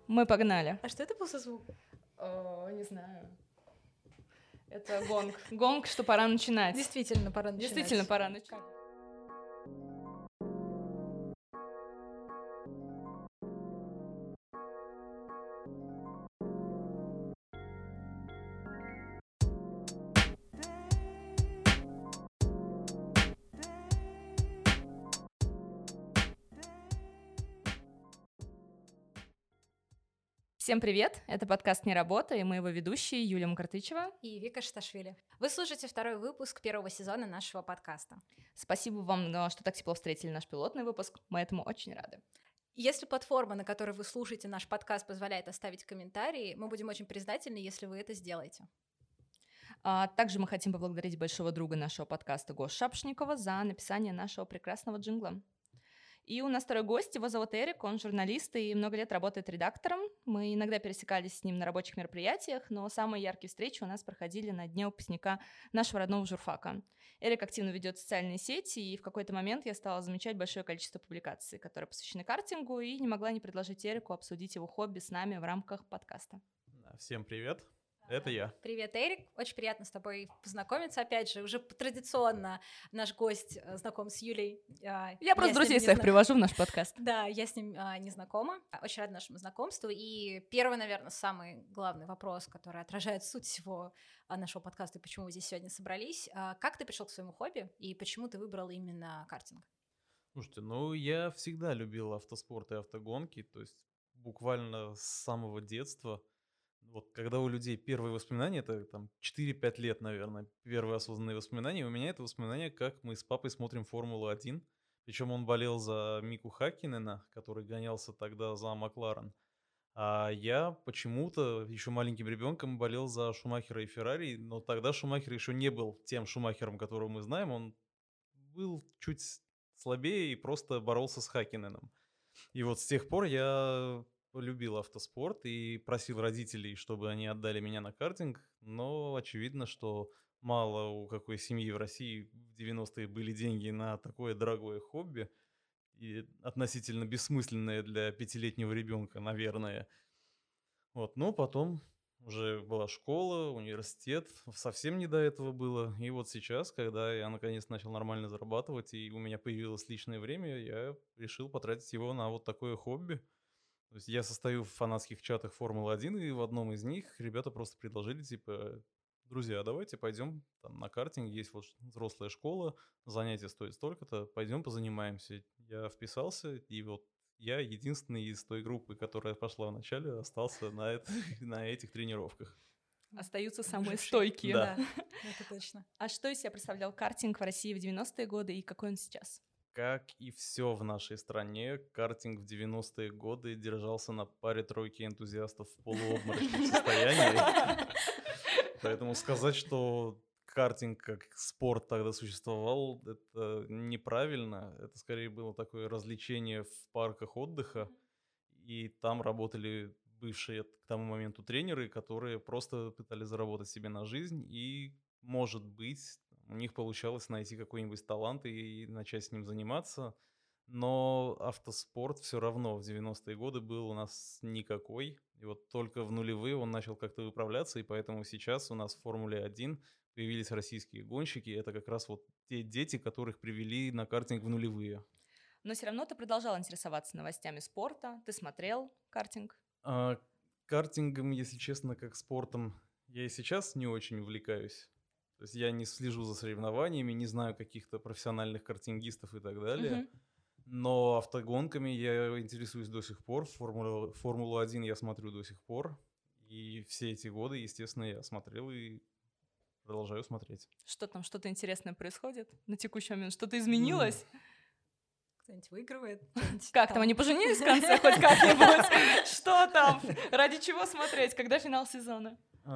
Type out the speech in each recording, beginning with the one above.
Мы погнали. А что это был за звук? Не знаю. Это гонг. Гонг, что пора начинать. Действительно, пора начинать. Действительно, пора начинать. Всем привет! Это подкаст «Не работа» и мы его ведущие Юлия Мкартычева и Вика Шиташвили. Вы слушаете второй выпуск первого сезона нашего подкаста. Спасибо вам, что так тепло встретили наш пилотный выпуск. Мы этому очень рады. Если платформа, на которой вы слушаете наш подкаст, позволяет оставить комментарии, мы будем очень признательны, если вы это сделаете. Также мы хотим поблагодарить большого друга нашего подкаста Гошу Шапошникова за написание нашего прекрасного джингла. И у нас второй гость, его зовут Эрик, он журналист и много лет работает редактором. Мы иногда пересекались с ним на рабочих мероприятиях, но самые яркие встречи у нас проходили на дне выпускника нашего родного журфака. Эрик активно ведет социальные сети, и в какой-то момент я стала замечать большое количество публикаций, которые посвящены картингу, и не могла не предложить Эрику обсудить его хобби с нами в рамках подкаста. Всем привет! Это я. Привет, Эрик. Очень приятно с тобой познакомиться. Опять же, уже традиционно наш гость знаком с Юлей. Я просто друзей своих привожу в наш подкаст. Да, я с ним не знакома. Очень рада нашему знакомству. И первый, наверное, самый главный вопрос, который отражает суть всего нашего подкаста и почему вы здесь сегодня собрались. Как ты пришел к своему хобби и почему ты выбрал именно картинг? Слушайте, я всегда любил автоспорт и автогонки, то есть буквально с самого детства. Вот когда у людей первые воспоминания, это там 4-5 лет, наверное, первые осознанные воспоминания. У меня это воспоминания, как мы с папой смотрим Формулу-1. Причем он болел за Мику Хаккинена, который гонялся тогда за Макларен. А я почему-то еще маленьким ребенком болел за Шумахера и Феррари, но тогда Шумахер еще не был тем Шумахером, которого мы знаем. Он был чуть слабее и просто боролся с Хаккиненом. И вот с тех пор я любил автоспорт и просил родителей, чтобы они отдали меня на картинг, но очевидно, что мало у какой семьи в России в 90-е были деньги на такое дорогое хобби и относительно бессмысленное для 5-летнего ребенка, наверное. Вот, но потом уже была школа, университет, совсем не до этого было. И вот сейчас, когда я наконец начал нормально зарабатывать, и у меня появилось личное время, я решил потратить его на вот такое хобби. То есть я состою в фанатских чатах Формулы-1, и в одном из них ребята просто предложили, типа, друзья, давайте пойдем там на картинг, есть вот взрослая школа, занятие стоит столько-то, пойдем позанимаемся. Я вписался, и вот я единственный из той группы, которая пошла в начале, остался на этих тренировках. Остаются самые стойкие. Да, это точно. А что из себя представлял картинг в России в 90-е годы и какой он сейчас? Как и все в нашей стране, картинг в 90-е годы держался на паре-тройке энтузиастов в полуобморочном состоянии. Поэтому сказать, что картинг как спорт тогда существовал, это неправильно. Это скорее было такое развлечение в парках отдыха. И там работали бывшие к тому моменту тренеры, которые просто пытались заработать себе на жизнь. И, может быть, у них получалось найти какой-нибудь талант и начать с ним заниматься. Но автоспорт все равно в 90-е годы был у нас никакой. И вот только в нулевые он начал как-то выправляться, и поэтому сейчас у нас в Формуле-1 появились российские гонщики. Это как раз вот те дети, которых привели на картинг в нулевые. Но все равно ты продолжал интересоваться новостями спорта, ты смотрел картинг? Картингом, если честно, как спортом, я и сейчас не очень увлекаюсь. То есть я не слежу за соревнованиями, не знаю каких-то профессиональных картингистов и так далее. Но автогонками я интересуюсь до сих пор. Формулу-1 я смотрю до сих пор. И все эти годы, естественно, я смотрел и продолжаю смотреть. Что там, что-то интересное происходит на текущий момент? Что-то изменилось? Кто-нибудь выигрывает? Как там, они поженились в конце хоть как-нибудь? Что там? Ради чего смотреть? Когда финал сезона?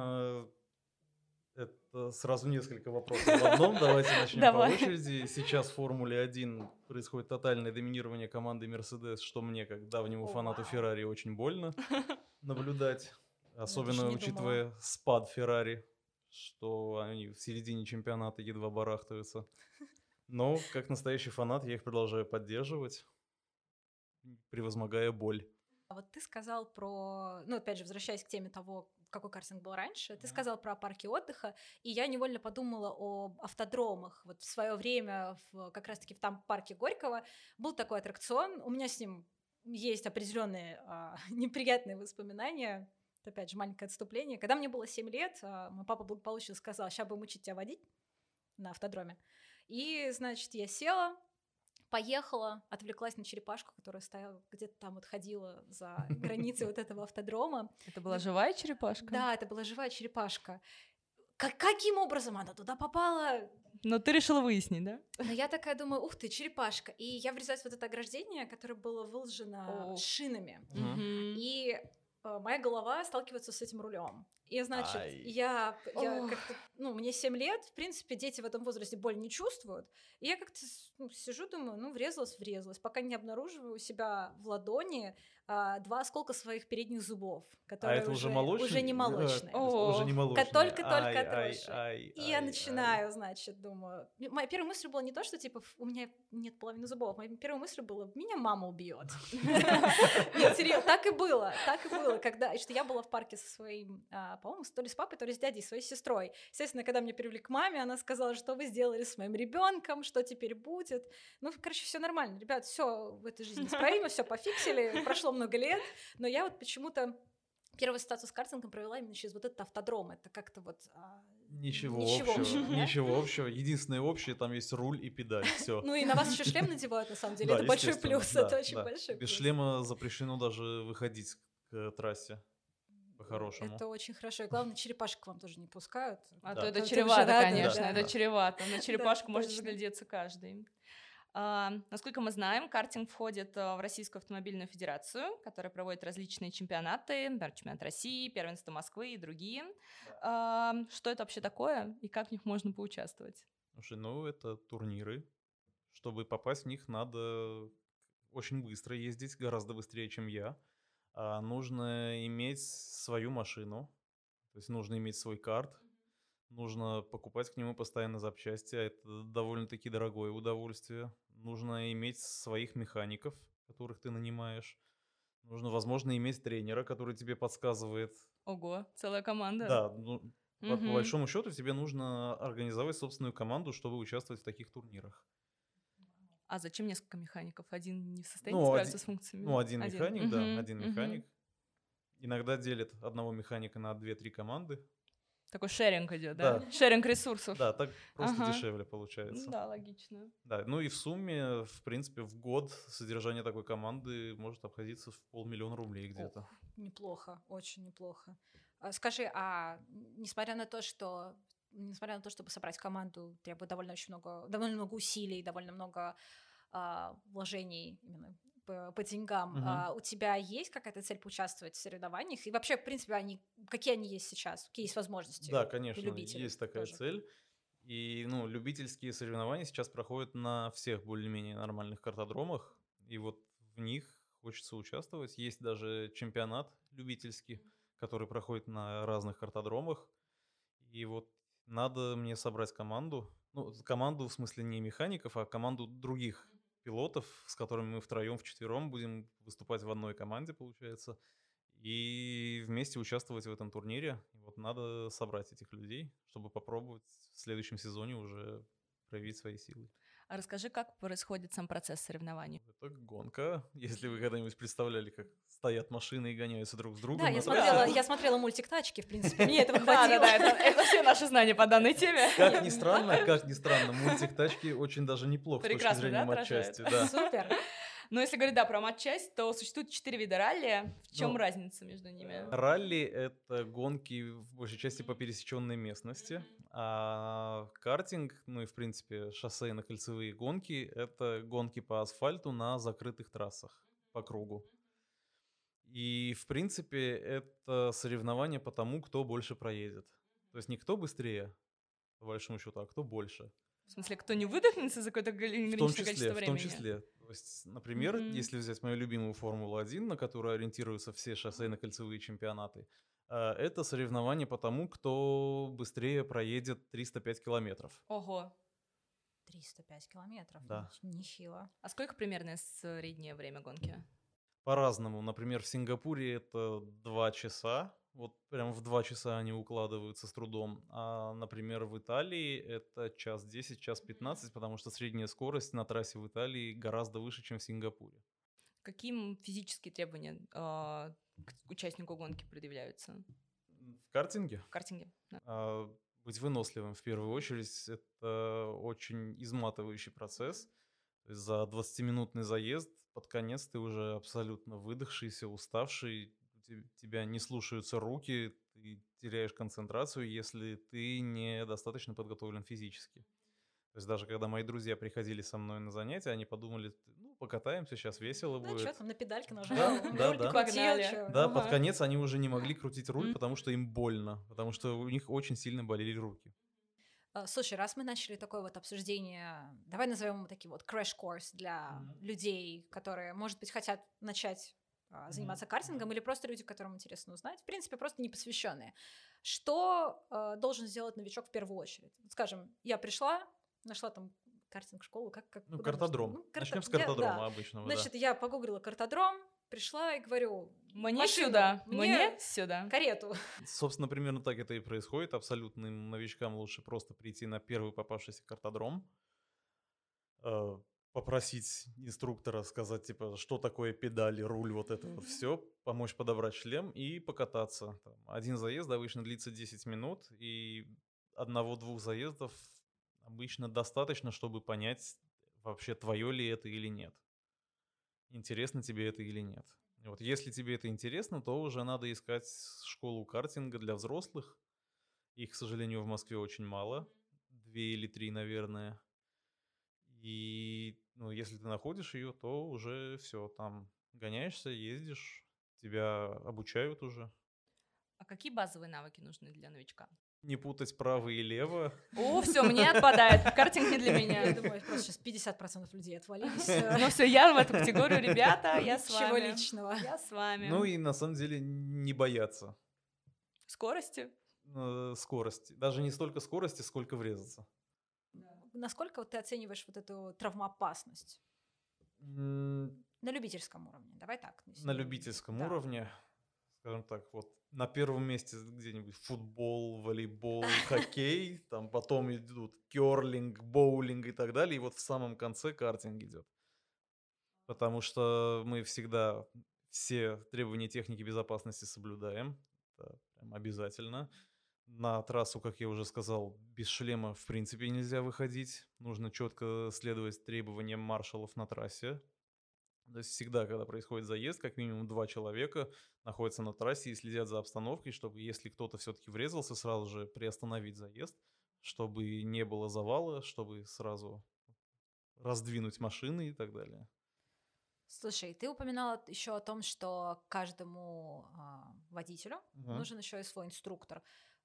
Это сразу несколько вопросов в одном. Давайте начнем по очереди. Сейчас в Формуле-1 происходит тотальное доминирование команды Mercedes, что мне, как давнему фанату Феррари, очень больно наблюдать. Особенно учитывая спад Феррари, что они в середине чемпионата едва барахтаются. Но, как настоящий фанат, я их продолжаю поддерживать, превозмогая боль. А вот ты сказал про, ну, опять же, возвращаясь к теме того, какой картинг был раньше, ты сказал про парки отдыха, и я невольно подумала об автодромах. Вот в свое время, как раз-таки в там парке Горького, был такой аттракцион, у меня с ним есть определенные неприятные воспоминания. Это, опять же, маленькое отступление. Когда мне было 7 лет, мой папа благополучно сказал: сейчас будем учить тебя водить на автодроме. И, значит, я села, поехала, отвлеклась на черепашку, которая стояла где-то там, вот ходила за границей вот этого автодрома. Это была живая черепашка? Да, это была живая черепашка. Каким образом она туда попала? Но ты решила выяснить, да? Но я такая думаю, ух ты, черепашка. И я врезаюсь в вот это ограждение, которое было выложено шинами. И моя голова сталкивается с этим рулем. И, значит, я как-то, ну, мне 7 лет, в принципе, дети в этом возрасте боль не чувствуют. И я как-то сижу, думаю, ну, врезалась. Пока не обнаруживаю у себя в ладони 2 осколка своих передних зубов, которые это уже молочные? уже не молочные. Уже не молочные. Только отросшие. И я начинаю, значит, думаю... Моя первая мысль была не то, что, типа, у меня нет половины зубов. Моя первая мысль была: меня мама убьет. Нет, серьезно, так и было. Когда что я была в парке со своим, по-моему, то ли с папой, то ли с дядей, своей сестрой. Естественно, когда меня привели к маме, она сказала: что вы сделали с моим ребенком, что теперь будет. Ну, короче, все нормально. Ребят, все в этой жизни исправимо, все пофиксили, прошло много лет. Но я вот почему-то первую ситуацию с картингом провела именно через вот этот автодром. Это как-то вот... Ничего общего. Единственное общее, там есть руль и педаль, все. Ну и на вас еще шлем надевают, на самом деле. Это большой плюс, это очень большой плюс. Без шлема запрещено даже выходить к трассе. По-хорошему. Это очень хорошо. И главное, черепашек к вам тоже не пускают. То это чревато, конечно, это чревато. На черепашку может заглядеться каждый. Насколько мы знаем, картинг входит в Российскую автомобильную федерацию, которая проводит различные чемпионаты, например, чемпионат России, первенство Москвы и другие. Что это вообще такое и как в них можно поучаствовать? Слушай, ну это турниры. Чтобы попасть в них, надо очень быстро ездить, гораздо быстрее, чем я. Нужно иметь свою машину, то есть нужно иметь свой карт, нужно покупать к нему постоянно запчасти, а это довольно-таки дорогое удовольствие. Нужно иметь своих механиков, которых ты нанимаешь. Нужно, возможно, иметь тренера, который тебе подсказывает. Ого, целая команда. Да, ну, по большому счету тебе нужно организовать собственную команду, чтобы участвовать в таких турнирах. А зачем несколько механиков? Один не в состоянии справиться с функциями? Ну, один механик, да, один механик. Иногда делят одного механика на 2-3 команды. Такой шеринг идет, да? Шеринг ресурсов. Да, так просто дешевле получается. Да, логично. Да, ну и в сумме, в принципе, в год содержание такой команды может обходиться в 500 000 рублей где-то. Ох, неплохо, очень неплохо. Скажи, несмотря на то, чтобы собрать команду, требует довольно много усилий, довольно много вложений именно по деньгам. У тебя есть какая-то цель поучаствовать в соревнованиях? И вообще, в принципе, какие они есть сейчас? Какие есть возможности? Да, конечно, есть такая цель. И любительские соревнования сейчас проходят на всех более-менее нормальных картодромах. И вот в них хочется участвовать. Есть даже чемпионат любительский, который проходит на разных картодромах. И вот надо мне собрать команду. Ну, команду в смысле не механиков, а команду других пилотов, с которыми мы вчетвером будем выступать в одной команде, получается, и вместе участвовать в этом турнире. И вот надо собрать этих людей, чтобы попробовать в следующем сезоне уже проявить свои силы. А расскажи, как происходит сам процесс соревнований? Это гонка. Если вы когда-нибудь представляли, как стоят машины и гоняются друг с другом. Да, я смотрела мультик «Тачки», в принципе, мне этого хватило. Да, это все наши знания по данной теме. Как ни странно, мультик «Тачки» очень даже неплох с точки зрения матчасти. Супер. Но если говорить, про матчасть, то существует 4 вида ралли. В чем разница между ними? Ралли — это гонки, в большей части, по пересеченной местности. А картинг, и, в принципе, шоссейно-кольцевые гонки — это гонки по асфальту на закрытых трассах по кругу. И, в принципе, это соревнование по тому, кто больше проедет. То есть не кто быстрее, по большому счету, а кто больше. В смысле, кто не выдохнется за какое-то ограниченное количество времени? В том числе. То есть, например, если взять мою любимую Формулу-1, на которую ориентируются все шоссейно-кольцевые чемпионаты, это соревнование по тому, кто быстрее проедет 305 километров. Ого. 305 километров? Да. Нехило. А сколько примерно среднее время гонки? По-разному. Например, в Сингапуре это 2 часа. Вот прям в 2 часа они укладываются с трудом. А, например, в Италии это час 10, час 15, потому что средняя скорость на трассе в Италии гораздо выше, чем в Сингапуре. Какие физические требования к участнику гонки предъявляются В картинге в картинге? Да. быть выносливым в первую очередь. Это очень изматывающий процесс. То есть за 20-минутный заезд под конец ты уже абсолютно выдохшийся, уставший, тебя не слушаются руки, ты теряешь концентрацию, если ты недостаточно подготовлен физически. То есть даже когда мои друзья приходили со мной на занятия, они подумали, ну, покатаемся, сейчас весело Ну, что будет. там, на педальке Да, нажал, да, руль да. покрутил, Погнали. чё. Да, под Ага. конец они уже не могли крутить руль, М. потому что им больно, потому что у них очень сильно болели руки. Слушай, раз мы начали такое вот обсуждение, давай назовем его таким вот crash-course для людей, которые, может быть, хотят начать заниматься картингом, или просто люди, которым интересно узнать, в принципе, просто непосвященные. Что должен сделать новичок в первую очередь? Вот, скажем, я пришла, нашла там картинг-школу, Ну, куда нужно? картодром. Ну, Начнем с да. картодрома обычного, да. Значит, я погуглила картодром, пришла и говорю, Мне машину, сюда, мне мне сюда. карету. Собственно, примерно так это и происходит. Абсолютным новичкам лучше просто прийти на первый попавшийся картодром, э, попросить инструктора сказать, типа, что такое педали, руль, вот это вот все, помочь подобрать шлем и покататься. Там, один заезд обычно длится 10 минут, и одного-двух заездов обычно достаточно, чтобы понять, вообще твое ли это или нет. Интересно тебе это или нет. И вот если тебе это интересно, то уже надо искать школу картинга для взрослых. Их, к сожалению, в Москве очень мало. 2 или 3, наверное. И, ну, если ты находишь ее, то уже все, там гоняешься, ездишь, тебя обучают уже. А какие базовые навыки нужны для новичка? Не путать право и лево. О, все, мне отпадает. Картинг не для Я меня. думаю, просто сейчас 50% людей отвалились. Ну все, я в эту категорию, ребята, я с Ничего вами. личного. Я с вами. Ну и на самом деле не бояться Скорости? скорости. Даже не столько скорости, сколько врезаться. Насколько вот ты оцениваешь вот эту травмоопасность? М, На любительском уровне, давай так. На любительском Да. уровне, скажем так, вот на первом месте где-нибудь футбол, волейбол, хоккей, там потом идут керлинг, боулинг и так далее, и вот в самом конце картинг идет. Потому что мы всегда все требования техники безопасности соблюдаем, это прям обязательно. На трассу, как я уже сказал, без шлема в принципе нельзя выходить. Нужно четко следовать требованиям маршалов на трассе. То есть всегда, когда происходит заезд, как минимум 2 человека находятся на трассе и следят за обстановкой, чтобы, если кто-то все-таки врезался, сразу же приостановить заезд, чтобы не было завала, чтобы сразу раздвинуть машины и так далее. Слушай, ты упоминала еще о том, что каждому водителю Мгм. нужен еще и свой инструктор.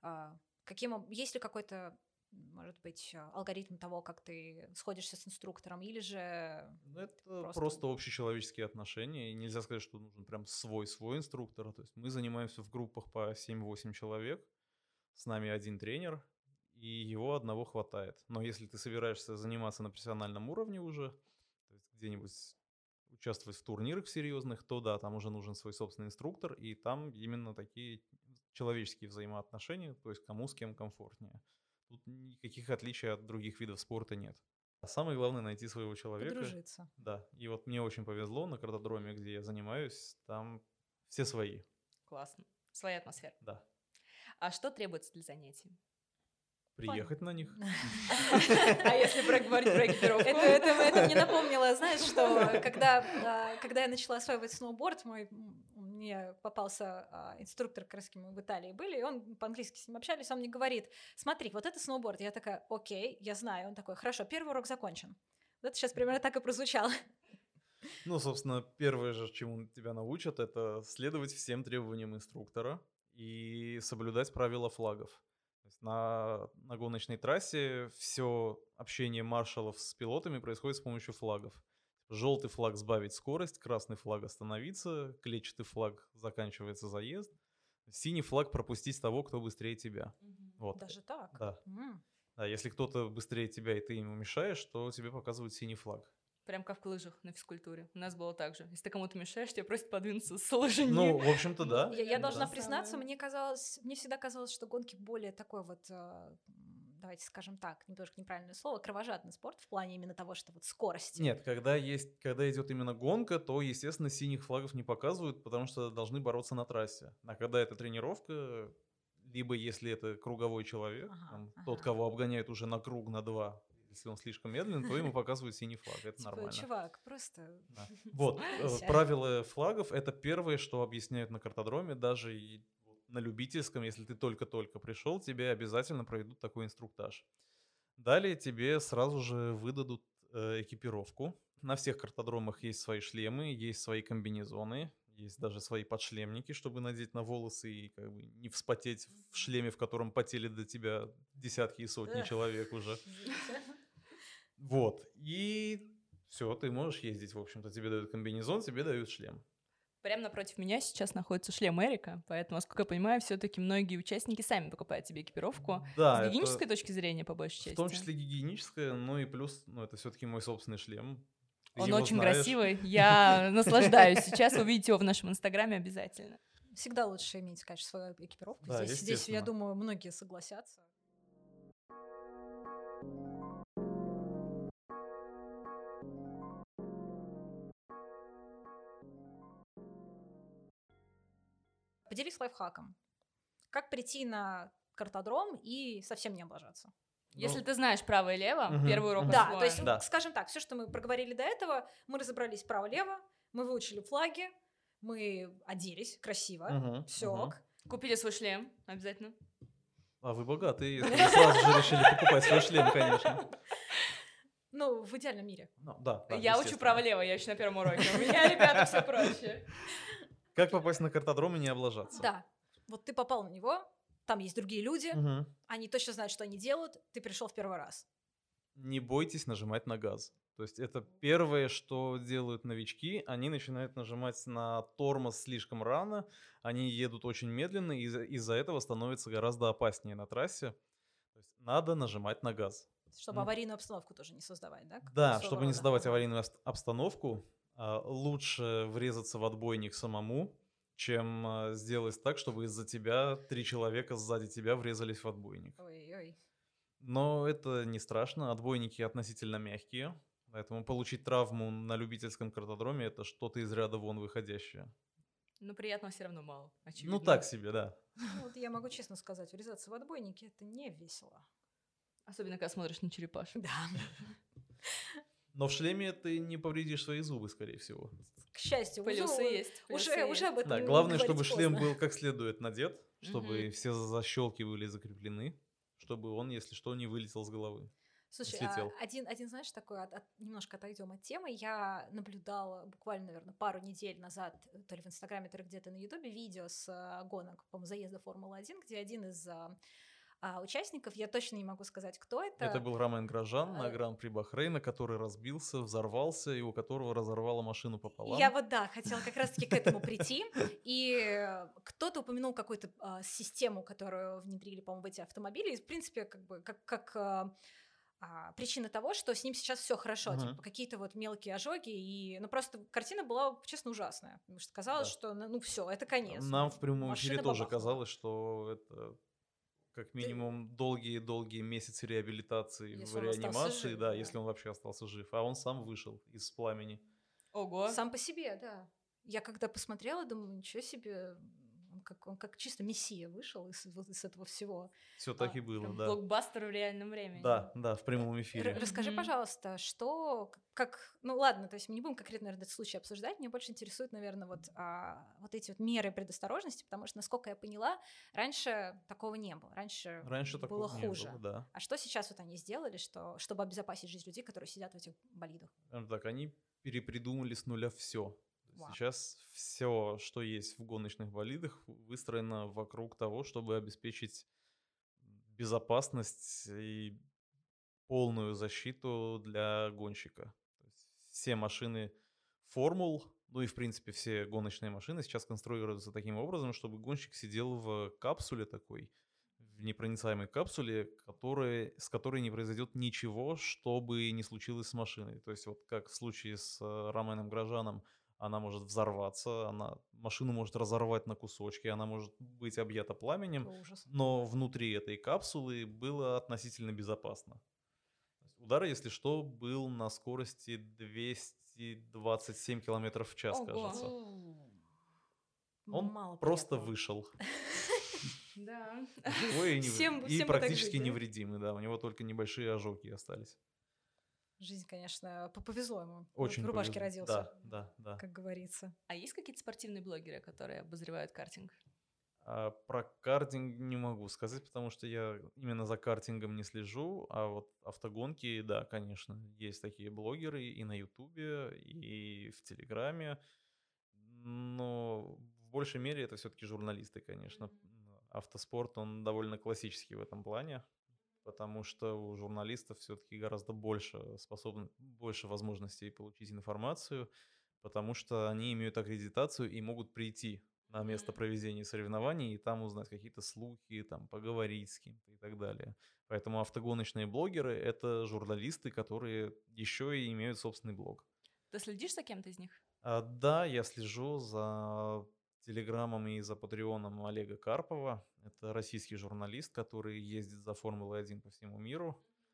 Есть ли какой-то, может быть, алгоритм того, как ты сходишься с инструктором, или же Ну, это просто- просто общечеловеческие отношения, и нельзя сказать, что нужен прям свой инструктор. То есть мы занимаемся в группах по 7-8 человек, с нами один тренер, и его одного хватает. Но если ты собираешься заниматься на профессиональном уровне уже, то есть где-нибудь участвовать в турнирах серьезных, то да, там уже нужен свой собственный инструктор, и там именно такие человеческие взаимоотношения, то есть кому с кем комфортнее. Тут никаких отличий от других видов спорта нет. А самое главное найти своего человека. подружиться. Да, и вот мне очень повезло на картодроме, где я занимаюсь, там все свои, Классно. Своя атмосфера. да. А что требуется для занятий? Приехать на них. А если говорить про экипировку? Это мне напомнило, знаешь, что когда я начала осваивать сноуборд, мне попался инструктор, как раз мы в Италии были, и он по-английски с ним общались, он мне говорит: смотри, вот это сноуборд. Я такая: окей, я знаю. Он такой: хорошо, первый урок закончен. Вот это сейчас примерно так и прозвучало. Ну, собственно, первое же, чему тебя научат, это следовать всем требованиям инструктора и соблюдать правила флагов. То есть на гоночной трассе все общение маршалов с пилотами происходит с помощью флагов. Желтый флаг — сбавить скорость, красный флаг — остановиться, клетчатый флаг — заканчивается заезд, синий флаг — пропустить того, кто быстрее тебя. Вот. Даже так? Да. Да, если кто-то быстрее тебя, и ты ему мешаешь, то тебе показывают синий флаг. Прям как в лыжах на физкультуре. У нас было так же. Если ты кому-то мешаешь, тебя просят подвинуться с лыжи. Ну, в общем-то, да. Я должна Да. признаться, Самое. мне всегда казалось, что гонки более такой вот, давайте скажем так, немножко неправильное слово, кровожадный спорт в плане именно того, что вот скорости. Нет, когда идет именно гонка, то, естественно, синих флагов не показывают, потому что должны бороться на трассе. А когда это тренировка, либо если это круговой человек, Ага, там, ага. тот, кого обгоняют уже на круг, на 2, если он слишком медленный, то ему показывают синий флаг. Это Типа, нормально. чувак, просто Да. Вот, успокойся. правила флагов — это первое, что объясняют на картодроме, даже и на любительском, если ты только-только пришел, тебе обязательно проведут такой инструктаж. Далее тебе сразу же выдадут экипировку. На всех картодромах есть свои шлемы, есть свои комбинезоны, есть даже свои подшлемники, чтобы надеть на волосы и как бы не вспотеть в шлеме, в котором потели до тебя десятки и сотни Эх. человек уже. Извините. Вот. И все, ты можешь ездить, в общем-то. Тебе дают комбинезон, тебе дают шлем. Прямо напротив меня сейчас находится шлем Эрика, поэтому, насколько я понимаю, все-таки многие участники сами покупают себе экипировку. Да, С это гигиенической точки зрения, по большей части. в том числе гигиеническое, ну и плюс, ну это все-таки мой собственный шлем. Ты Он его очень знаешь. красивый, я наслаждаюсь. Сейчас увидите его в нашем инстаграме обязательно. Всегда лучше иметь, конечно, свою экипировку. Да, Здесь, я естественно. думаю, многие согласятся. Поделись лайфхаком. Как прийти на картодром и совсем не облажаться? Если Ну, ты знаешь право и лево, Мгм, первый урок мгм. Да, освоен. то есть, Да. скажем так, все, что мы проговорили до этого, мы разобрались право-лево, мы выучили флаги, мы оделись красиво, Мгм, все мгм. ок. Купили свой шлем, обязательно. А вы богатые, если вы сразу же решили покупать свой шлем, конечно. Ну, в идеальном мире. Ну, да, Я учу естественно. право-лево, я еще на первом уроке. У меня, ребята, все проще. Как попасть на картодром и не облажаться? Да, вот ты попал на него, там есть другие люди, Мгм. они точно знают, что они делают, ты пришел в первый раз. Не бойтесь нажимать на газ. То есть это первое, что делают новички. Они начинают нажимать на тормоз слишком рано, они едут очень медленно, и из-за этого становится гораздо опаснее на трассе. То есть надо нажимать на газ. Чтобы М. аварийную обстановку тоже не создавать, да? Да, Своего чтобы не рода. создавать Ага. аварийную обстановку, лучше врезаться в отбойник самому, чем сделать так, чтобы из-за тебя 3 человека сзади тебя врезались в отбойник. Ой-ой. Но это не страшно, отбойники относительно мягкие, поэтому получить травму на любительском картодроме — это что-то из ряда вон выходящее. Но приятного все равно мало, очевидно. Ну так себе, да. Ну, вот я могу честно сказать, врезаться в отбойники это не весело. Особенно, когда смотришь на черепашек. Да. Но в шлеме ты не повредишь свои зубы, скорее всего. К счастью, Плюсы есть. уже об этом Да, главное, говорить чтобы шлем поздно. был как следует надет, чтобы все защелки были закреплены, чтобы он, если что, не вылетел с головы. Слушай, слетел. один, знаешь, такой, немножко отойдем от темы. Я наблюдала буквально, наверное, пару недель назад, то ли в Инстаграме, то ли где-то на Ютубе, видео с гонок, по-моему, заезда Формулы-1, где один из участников, я точно не могу сказать, кто это. Это был Ромен Грожан на А, Гран-при Бахрейна, который разбился, взорвался, и у которого разорвало машину пополам. Я вот, да, хотела как раз-таки к этому прийти. И кто-то упомянул какую-то систему, которую внедрили, по-моему, в эти автомобили. И, в принципе, как бы, как причина того, что с ним сейчас все хорошо. Мгм. Типа какие-то вот мелкие ожоги. И, ну, просто картина была, честно, ужасная. Потому что казалось, Да. что, ну, все, это конец. Нам в прямом эфире Машина тоже бабахнула. казалось, что это как минимум долгие-долгие месяцы реабилитации Если в он остался реанимации, жив, да, да. если он вообще остался жив. А он сам вышел из пламени. Ого. Сам по себе, да. Я когда посмотрела, думаю, ничего себе, он как чисто мессия вышел из этого всего. Все так и было, Прям да. блокбастер в реальном времени. Да, в прямом эфире. Расскажи, Мгм. пожалуйста, что, ну ладно, то есть мы не будем конкретно, наверное, этот случай обсуждать, меня больше интересуют, наверное, вот эти вот меры предосторожности, потому что, насколько я поняла, раньше такого не было, раньше Такого было не хуже. было, да. А что сейчас вот они сделали, чтобы обезопасить жизнь людей, которые сидят в этих болидах? Так, они перепридумали с нуля все. Вау. Сейчас все, что есть в гоночных болидах, выстроено вокруг того, чтобы обеспечить безопасность и полную защиту для гонщика. То есть все машины формул, ну и в принципе все гоночные машины сейчас конструируются таким образом, чтобы гонщик сидел в капсуле такой в в непроницаемой капсуле, с которой не произойдет ничего, что бы ни случилось с машиной. То есть вот как в случае с Роменом Грожаном, она может взорваться, машину может разорвать на кусочки, она может быть объята пламенем, Какой ужас. но внутри этой капсулы было относительно безопасно. То есть удар, если что, был на скорости 227 км в час, Ого. кажется. Он Мало просто приятного. вышел. Да. Живой и Всем бы так практически жить, да? невредимый, да. У него только небольшие ожоги остались. Жизнь, конечно, повезло ему. Очень в рубашке повезло. родился, Да. как говорится. А есть какие-то спортивные блогеры, которые обозревают картинг? Про картинг не могу сказать, потому что я именно за картингом не слежу, а вот автогонки, да, конечно, есть такие блогеры и на Ютубе, и в Телеграме, но в большей мере это все-таки журналисты, конечно. Автоспорт, он довольно классический в этом плане, потому что у журналистов все-таки гораздо больше возможностей получить информацию, потому что они имеют аккредитацию и могут прийти на место проведения соревнований и там узнать какие-то слухи, там поговорить с кем-то и так далее. Поэтому автогоночные блогеры — это журналисты, которые еще и имеют собственный блог. Ты следишь за кем-то из них? Да, я слежу за телеграммом и за патреоном Олега Карпова. Это российский журналист, который ездит за Формулой-1 по всему миру.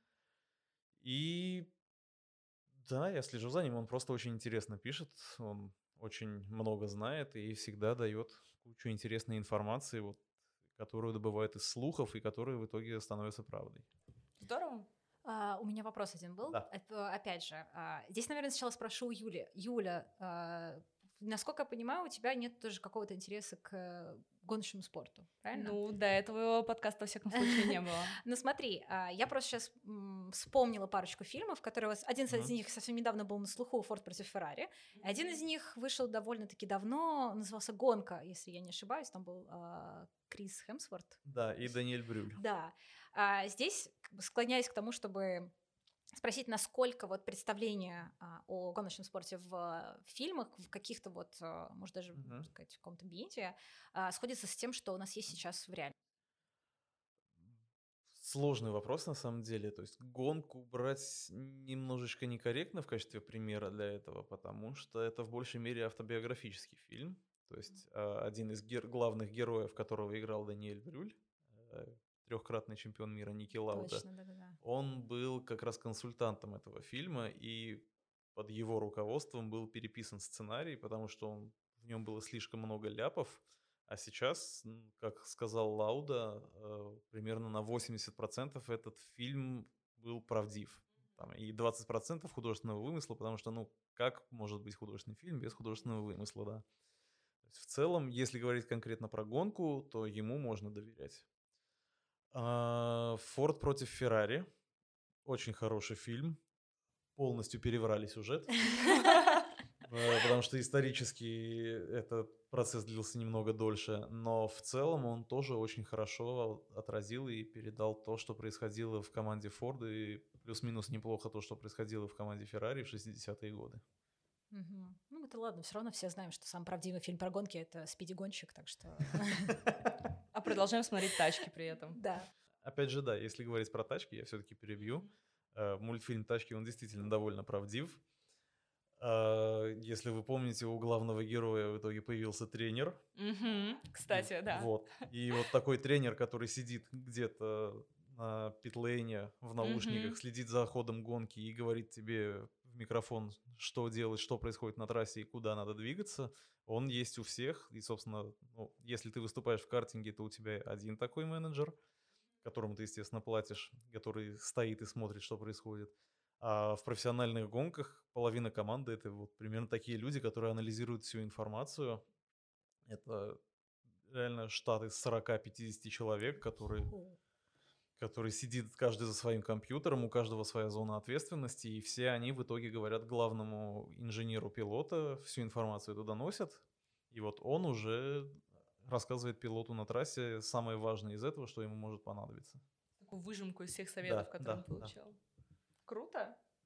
И да, я слежу за ним. Он просто очень интересно пишет. Он очень много знает и всегда дает кучу интересной информации, вот, которую добывает из слухов и которая в итоге становится правдой. Здорово. У меня вопрос один был. Да. Опять же, здесь, наверное, сначала спрошу у Юли. Юля, насколько я понимаю, у тебя нет тоже какого-то интереса к гоночному спорту, правильно? Ну, до этого подкаста, во всяком случае, не было. Ну смотри, я просто сейчас вспомнила парочку фильмов, которые... Один из них совсем недавно был на слуху, «Форд против Феррари». Один из них вышел довольно-таки давно, назывался «Гонка», если я не ошибаюсь. Там был Крис Хемсворт. Да, и Даниэль Брюль. Да. Здесь склоняюсь к тому, чтобы спросить, насколько вот представление о гоночном спорте в фильмах, в каких-то вот, может даже, можно сказать, в каком-то медиа, сходится с тем, что у нас есть сейчас в реальности. Сложный вопрос на самом деле. То есть гонку брать немножечко некорректно в качестве примера для этого, потому что это в большей мере автобиографический фильм. То есть один из главных героев, которого играл Даниэль Брюль, трехкратный чемпион мира Ники Лауда, Точно, да-да-да. он был как раз консультантом этого фильма, и под его руководством был переписан сценарий, потому что в нем было слишком много ляпов. А сейчас, как сказал Лауда, примерно на 80% этот фильм был правдив. Там, и 20% художественного вымысла, потому что, как может быть художественный фильм без художественного вымысла, да. То есть в целом, если говорить конкретно про гонку, то ему можно доверять. «Форд против Феррари». Очень хороший фильм. Полностью переврали сюжет. Потому что исторически этот процесс длился немного дольше, но в целом он тоже очень хорошо отразил и передал то, что происходило в команде Форда, и плюс-минус неплохо то, что происходило в команде Феррари в 60-е годы. Ну, это ладно, все равно все знаем, что самый правдивый фильм про гонки — это «Спиди-гонщик», так что... А продолжаем смотреть «Тачки» при этом. Да. Опять же, да, если говорить про тачки, я все-таки перебью. Мультфильм «Тачки», он действительно довольно правдив. Если вы помните, у главного героя в итоге появился тренер. Кстати, да. Вот. И вот такой тренер, который сидит где-то на питлейне в наушниках, следит за ходом гонки и говорит тебе в микрофон, что делать, что происходит на трассе и куда надо двигаться, он есть у всех. И, собственно, если ты выступаешь в картинге, то у тебя один такой менеджер, которому ты, естественно, платишь, который стоит и смотрит, что происходит. А в профессиональных гонках половина команды — это вот примерно такие люди, которые анализируют всю информацию. Это реально штат из 40-50 человек, который сидит каждый за своим компьютером, у каждого своя зона ответственности, и все они в итоге говорят главному инженеру пилота, всю информацию туда носят, и вот он уже рассказывает пилоту на трассе самое важное из этого, что ему может понадобиться. Такую выжимку из всех советов, которые он получил. Круто.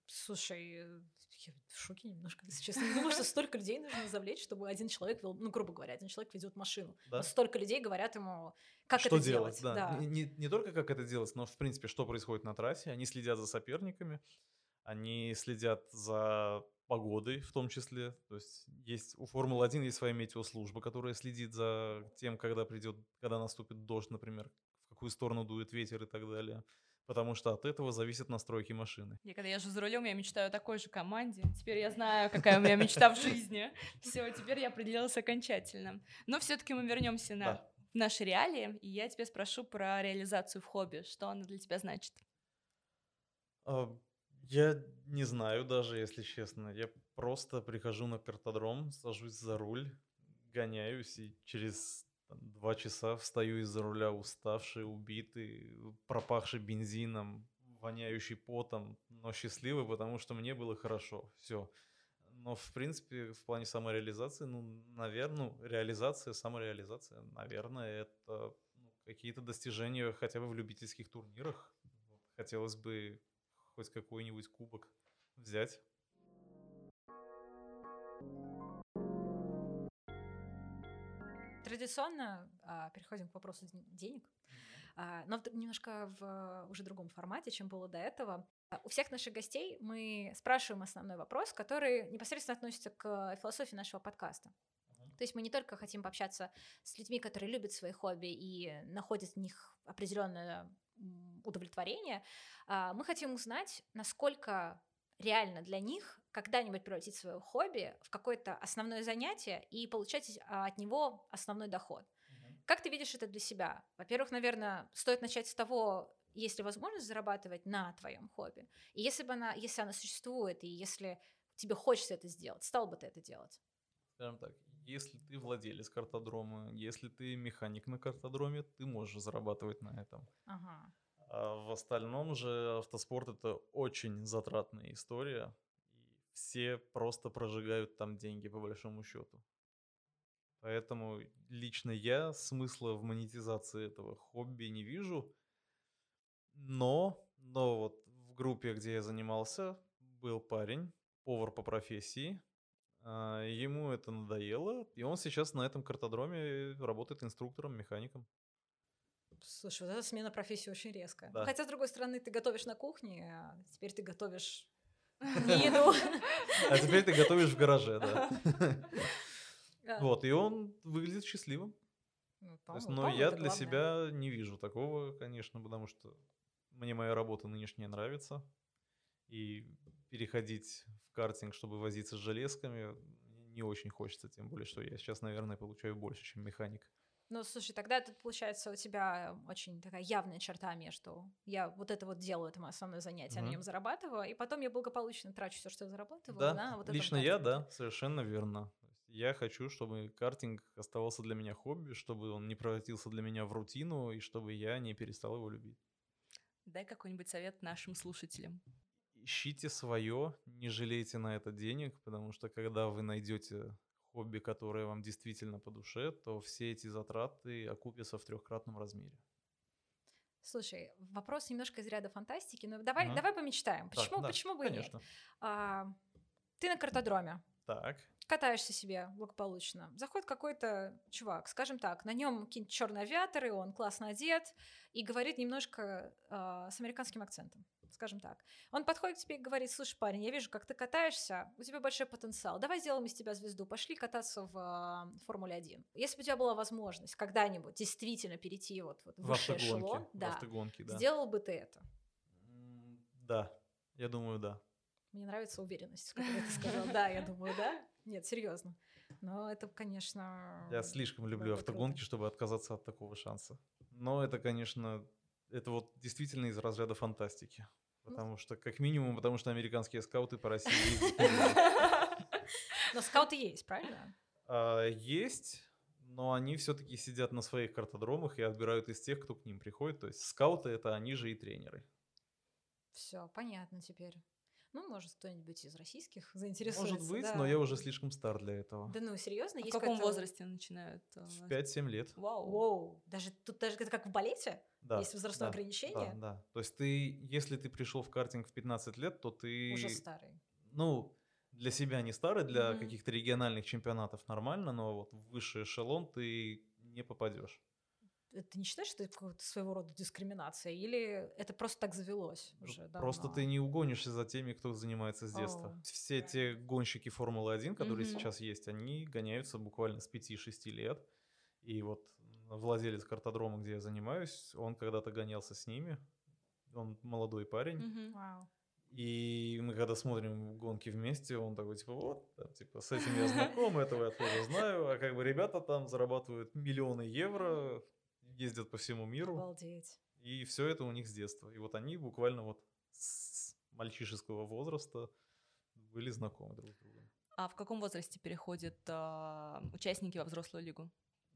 Слушай, я в шоке немножко, если честно. Не думаю, что столько людей нужно завлечь, чтобы один человек вел, ну, грубо говоря, один человек ведет машину. Но Да. столько людей говорят ему, как Что это делать, делать. да. Да. Не только как это делать, но в принципе, что происходит на трассе. Они следят за соперниками, они следят за погодой в том числе. То есть у Формулы-1 есть своя метеослужба, которая следит за тем, когда наступит дождь, например, в какую сторону дует ветер и так далее. Потому что от этого зависят настройки машины. Я когда езжу за рулем, я мечтаю о такой же команде. Теперь я знаю, какая у меня мечта в жизни. Все, теперь я определилась окончательно. Но все-таки мы вернемся Да. в наши реалии, и я тебя спрошу про реализацию в хобби. Что она для тебя значит? А, Я не знаю даже, если честно. Я просто прихожу на картодром, сажусь за руль, гоняюсь и через 2 часа встаю из-за руля уставший, убитый, пропахший бензином, воняющий потом, но счастливый, потому что мне было хорошо. Все. Но, в принципе, в плане самореализации, наверное, самореализация, наверное, это какие-то достижения хотя бы в любительских турнирах. Вот хотелось бы хоть какой-нибудь кубок взять. Традиционно переходим к вопросу денег, но немножко в уже другом формате, чем было до этого. У всех наших гостей мы спрашиваем основной вопрос, который непосредственно относится к философии нашего подкаста. То есть мы не только хотим пообщаться с людьми, которые любят свои хобби и находят в них определенное удовлетворение, мы хотим узнать, насколько реально для них когда-нибудь превратить свое хобби в какое-то основное занятие и получать от него основной доход. Как ты видишь это для себя? Во-первых, наверное, стоит начать с того, есть ли возможность зарабатывать на твоем хобби. И если она существует, и если тебе хочется это сделать, стал бы ты это делать? Скажем так, если ты владелец картодрома, если ты механик на картодроме, ты можешь зарабатывать на этом. Ага. А в остальном же автоспорт — это очень затратная история, и все просто прожигают там деньги по большому счету. Поэтому лично я смысла в монетизации этого хобби не вижу, но вот в группе, где я занимался, был парень, повар по профессии. Ему это надоело, и он сейчас на этом картодроме работает инструктором, механиком. Слушай, вот эта смена профессии очень резкая. Да. Хотя, с другой стороны, ты готовишь на кухне, а теперь ты готовишь не еду. А теперь ты готовишь в гараже, да. Да. Вот, и он выглядит счастливым. Ну, То есть, по-моему, но я это для главное. себя не вижу такого, конечно, потому что мне моя работа нынешняя нравится. И переходить в картинг, чтобы возиться с железками, мне не очень хочется, тем более, что я сейчас, наверное, получаю больше, чем механик. Ну, слушай, тогда тут, получается, у тебя очень такая явная черта между я вот это вот делаю, это мое основное занятие, я на Мгм. нем зарабатываю, и потом я благополучно трачу все, что я зарабатываю, Да, на вот этом лично я, картинге. да, совершенно верно. То есть я хочу, чтобы картинг оставался для меня хобби, чтобы он не превратился для меня в рутину, и чтобы я не перестал его любить. Дай какой-нибудь совет нашим слушателям. Ищите свое, не жалейте на это денег, потому что когда вы найдете хобби, которое вам действительно по душе, то все эти затраты окупятся в 3-кратном размере. Слушай, вопрос немножко из ряда фантастики, но Мгм. давай помечтаем. Так, да, Почему бы и нет? конечно. А, Ты на картодроме, Так, катаешься себе благополучно. Заходит какой-то чувак, скажем так, на нем какие-нибудь черные авиаторы, он классно одет и говорит немножко с американским акцентом, скажем так. Он подходит к тебе и говорит: слушай, парень, я вижу, как ты катаешься, у тебя большой потенциал, давай сделаем из тебя звезду, пошли кататься в Формуле-1. Если бы у тебя была возможность когда-нибудь действительно перейти вот в в высший автогонке, эшелон, в да, автогонке, да. сделал бы ты это? Да, я думаю, да. Мне нравится уверенность, с которой ты сказал. Да, я думаю, да. Нет, серьезно. Но это, конечно, Я слишком было люблю бы автогонки, круто. чтобы отказаться от такого шанса. Но это, конечно, это вот действительно из разряда фантастики. Ну, Потому что американские скауты по России ездить не будут. но скауты есть, правильно? Есть, но они все-таки сидят на своих картодромах и отбирают из тех, кто к ним приходит. То есть скауты — это они же и тренеры. Все, понятно теперь. Ну, может, кто-нибудь из российских заинтересуется. Может быть, да. но я уже слишком стар для этого. Да ну, серьезно? А в Есть каком какое-то- возрасте начинают? В 5-7 лет. Вау. Воу, тут даже это как в балете? Да. Есть возрастное Да, ограничение? да. То есть если ты пришел в картинг в 15 лет, то ты... Уже старый. Ну, для себя не старый, для Мгм. каких-то региональных чемпионатов нормально, но вот в высший эшелон ты не попадешь. Ты не считаешь, что это какого-то своего рода дискриминация? Или это просто так завелось уже Просто давно? ты не угонишься за теми, кто занимается с детства. О. Все те гонщики Формулы-1, которые Мгм. сейчас есть, они гоняются буквально с 5-6 лет. И вот владелец картодрома, где я занимаюсь, он когда-то гонялся с ними. Он молодой парень. Мгм. Вау. И мы когда смотрим гонки вместе, он такой, типа, вот, там, типа, с этим я знаком, этого я тоже знаю. А как бы ребята там зарабатывают миллионы евро, ездят по всему миру. Обалдеть. И все это у них с детства. И вот они буквально вот с мальчишеского возраста были знакомы друг с другом. А в каком возрасте переходят участники во взрослую лигу?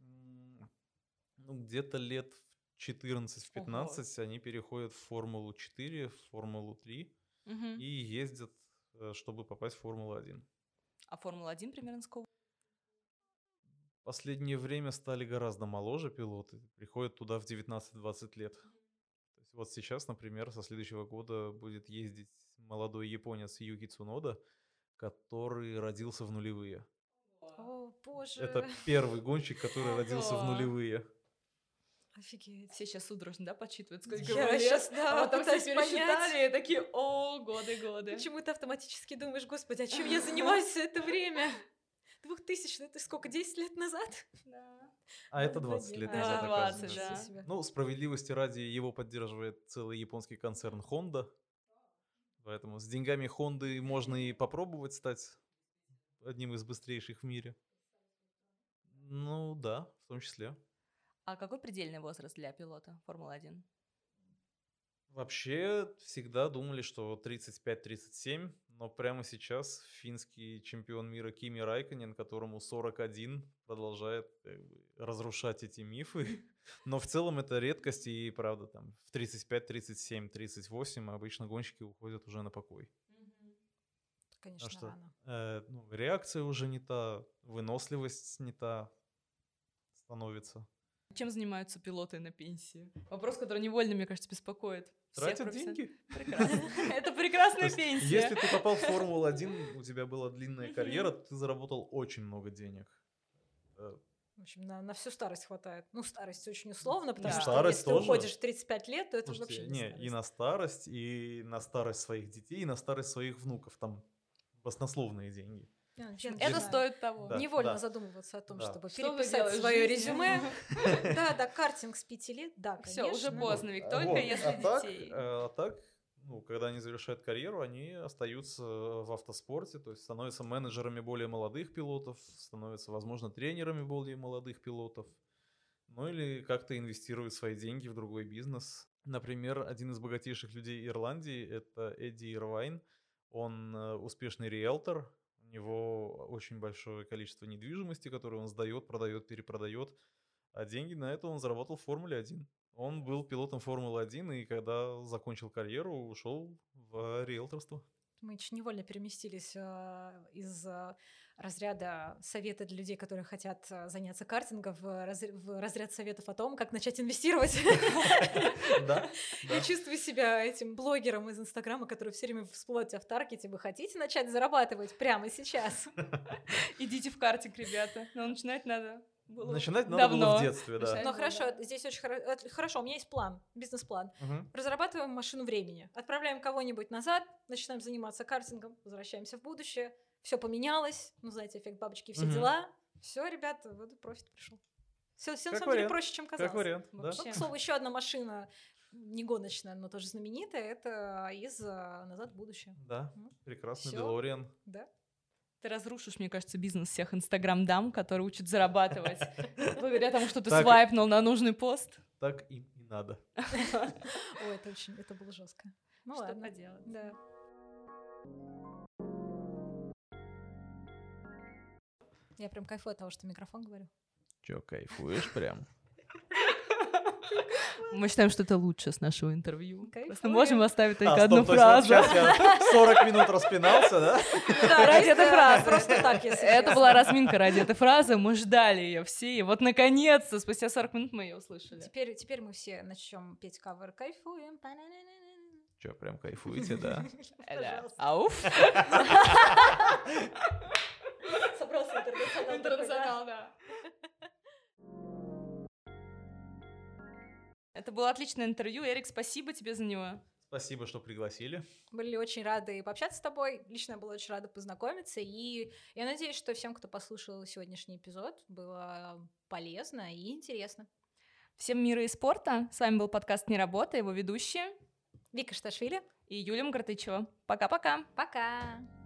Ну, где-то лет в 14-15 они переходят в Формулу-4, в Формулу-3 Мгм. и ездят, чтобы попасть в Формулу-1. А Формула-1 примерно с какого? В последнее время стали гораздо моложе пилоты, приходят туда в 19-20 лет. То есть вот сейчас, например, со следующего года будет ездить молодой японец Юки Цунода, который родился в нулевые. О, боже. Это первый гонщик, который родился в Ого. нулевые. Офигеть. Все сейчас судорожно, да, подсчитывают, сколько Я ему лет, щас, да, а потом все пытаюсь пересчитали и такие, о, годы. Почему ты автоматически думаешь, господи, а чем я занимаюсь все это время? 2000, это сколько, 10 лет назад? Да. А это 20 лет Да, назад, 20, оказывается. да. Себе. Ну, справедливости ради, его поддерживает целый японский концерн Honda. Поэтому с деньгами Honda можно и попробовать стать одним из быстрейших в мире. Ну да, в том числе. А какой предельный возраст для пилота Формулы-1? Вообще всегда думали, что 35-37, но прямо сейчас финский чемпион мира Кими Райконен, которому 41, продолжает как бы разрушать эти мифы. Но в целом это редкость, и правда, там в 35, 37, 38 обычно гонщики уходят уже на покой. Конечно, Потому что рано. ну, реакция уже не та, выносливость не та становится. Чем занимаются пилоты на пенсии? Вопрос, который невольно, мне кажется, беспокоит. всех Тратят профессионалов. деньги. Прекрасно. Это То прекрасная есть, пенсия. если ты попал в Формулу-1, у тебя была длинная карьера, то ты заработал очень много денег. В общем, на всю старость хватает. Ну, старость очень условно, потому Да. что Старость если ты тоже. уходишь в 35 лет, то это Слушайте, вообще не не, старость. и на старость своих детей, и на старость своих внуков. Там баснословные деньги. Это стоит того. Да. Невольно задумываться о том, Да. чтобы Что вы переписать делаешь в свое жизни? резюме. Да, картинг с 5 лет, да, Все, конечно. уже поздно, Вик, Вот, только если детей. А так, ну, когда они завершают карьеру, они остаются в автоспорте, то есть становятся менеджерами более молодых пилотов, становятся, возможно, тренерами более молодых пилотов, ну или как-то инвестируют свои деньги в другой бизнес. Например, один из богатейших людей Ирландии — это Эдди Ирвайн. Он успешный риэлтор, у него очень большое количество недвижимости, которую он сдает, продает, перепродает, а деньги на это он заработал в Формуле-1. Он был пилотом Формулы-1, и когда закончил карьеру, ушел в риэлторство. Мы чуть невольно переместились из разряда совета для людей, которые хотят заняться картингом, в разряд советов о том, как начать инвестировать. Да. Я чувствую себя этим блогером из Инстаграма, который все время всплывает у тебя в таргете. Вы хотите начать зарабатывать прямо сейчас? Идите в картинг, ребята. Но начинать надо было Начинать надо давно. было в детстве, да. Начинать Но было хорошо, давно. здесь очень хорошо. У меня есть план, бизнес-план. Мгм. Разрабатываем машину времени. Отправляем кого-нибудь назад, начинаем заниматься картингом, возвращаемся в будущее. Все поменялось. Ну, знаете, эффект бабочки, все Мгм. дела. Все, ребята, вот и профит пришел. Все на Как самом деле вариант. проще, чем казалось. Как вариант, да. Ну, к слову, еще одна машина, не гоночная, но тоже знаменитая, это из «Назад в будущее». Да, Ну, прекрасный всё. Делориан. Да? Ты разрушишь, мне кажется, бизнес всех инстаграм-дам, которые учат зарабатывать благодаря тому, что ты Так. свайпнул на нужный пост. Так им и надо. Ой, это было жестко. Ну Что ладно. поделать. Да. Я прям кайфую от того, что в микрофон говорю. Чё, кайфуешь прям? Мы считаем, что это лучше с нашего интервью. Кайфуем. Просто можем оставить только стоп, одну то есть вот фразу. сейчас я 40 минут распинался, да? Да, Ради этой фразы. Просто так, если Это честно. была разминка ради этой фразы, мы ждали ее все, и вот наконец-то, спустя 40 минут мы ее услышали. Теперь мы все начнем петь кавер «Кайфуем». Че, прям кайфуете, да? Пожалуйста. Ауф. Собрался интернационал. да. Это было отличное интервью. Эрик, спасибо тебе за него. Спасибо, что пригласили. Были очень рады пообщаться с тобой. Лично я была очень рада познакомиться. И я надеюсь, что всем, кто послушал сегодняшний эпизод, было полезно и интересно. Всем мира и спорта. С вами был подкаст «Не работа», его ведущие Вика Шташвили. и Юлия Мгартычева. Пока-пока. Пока!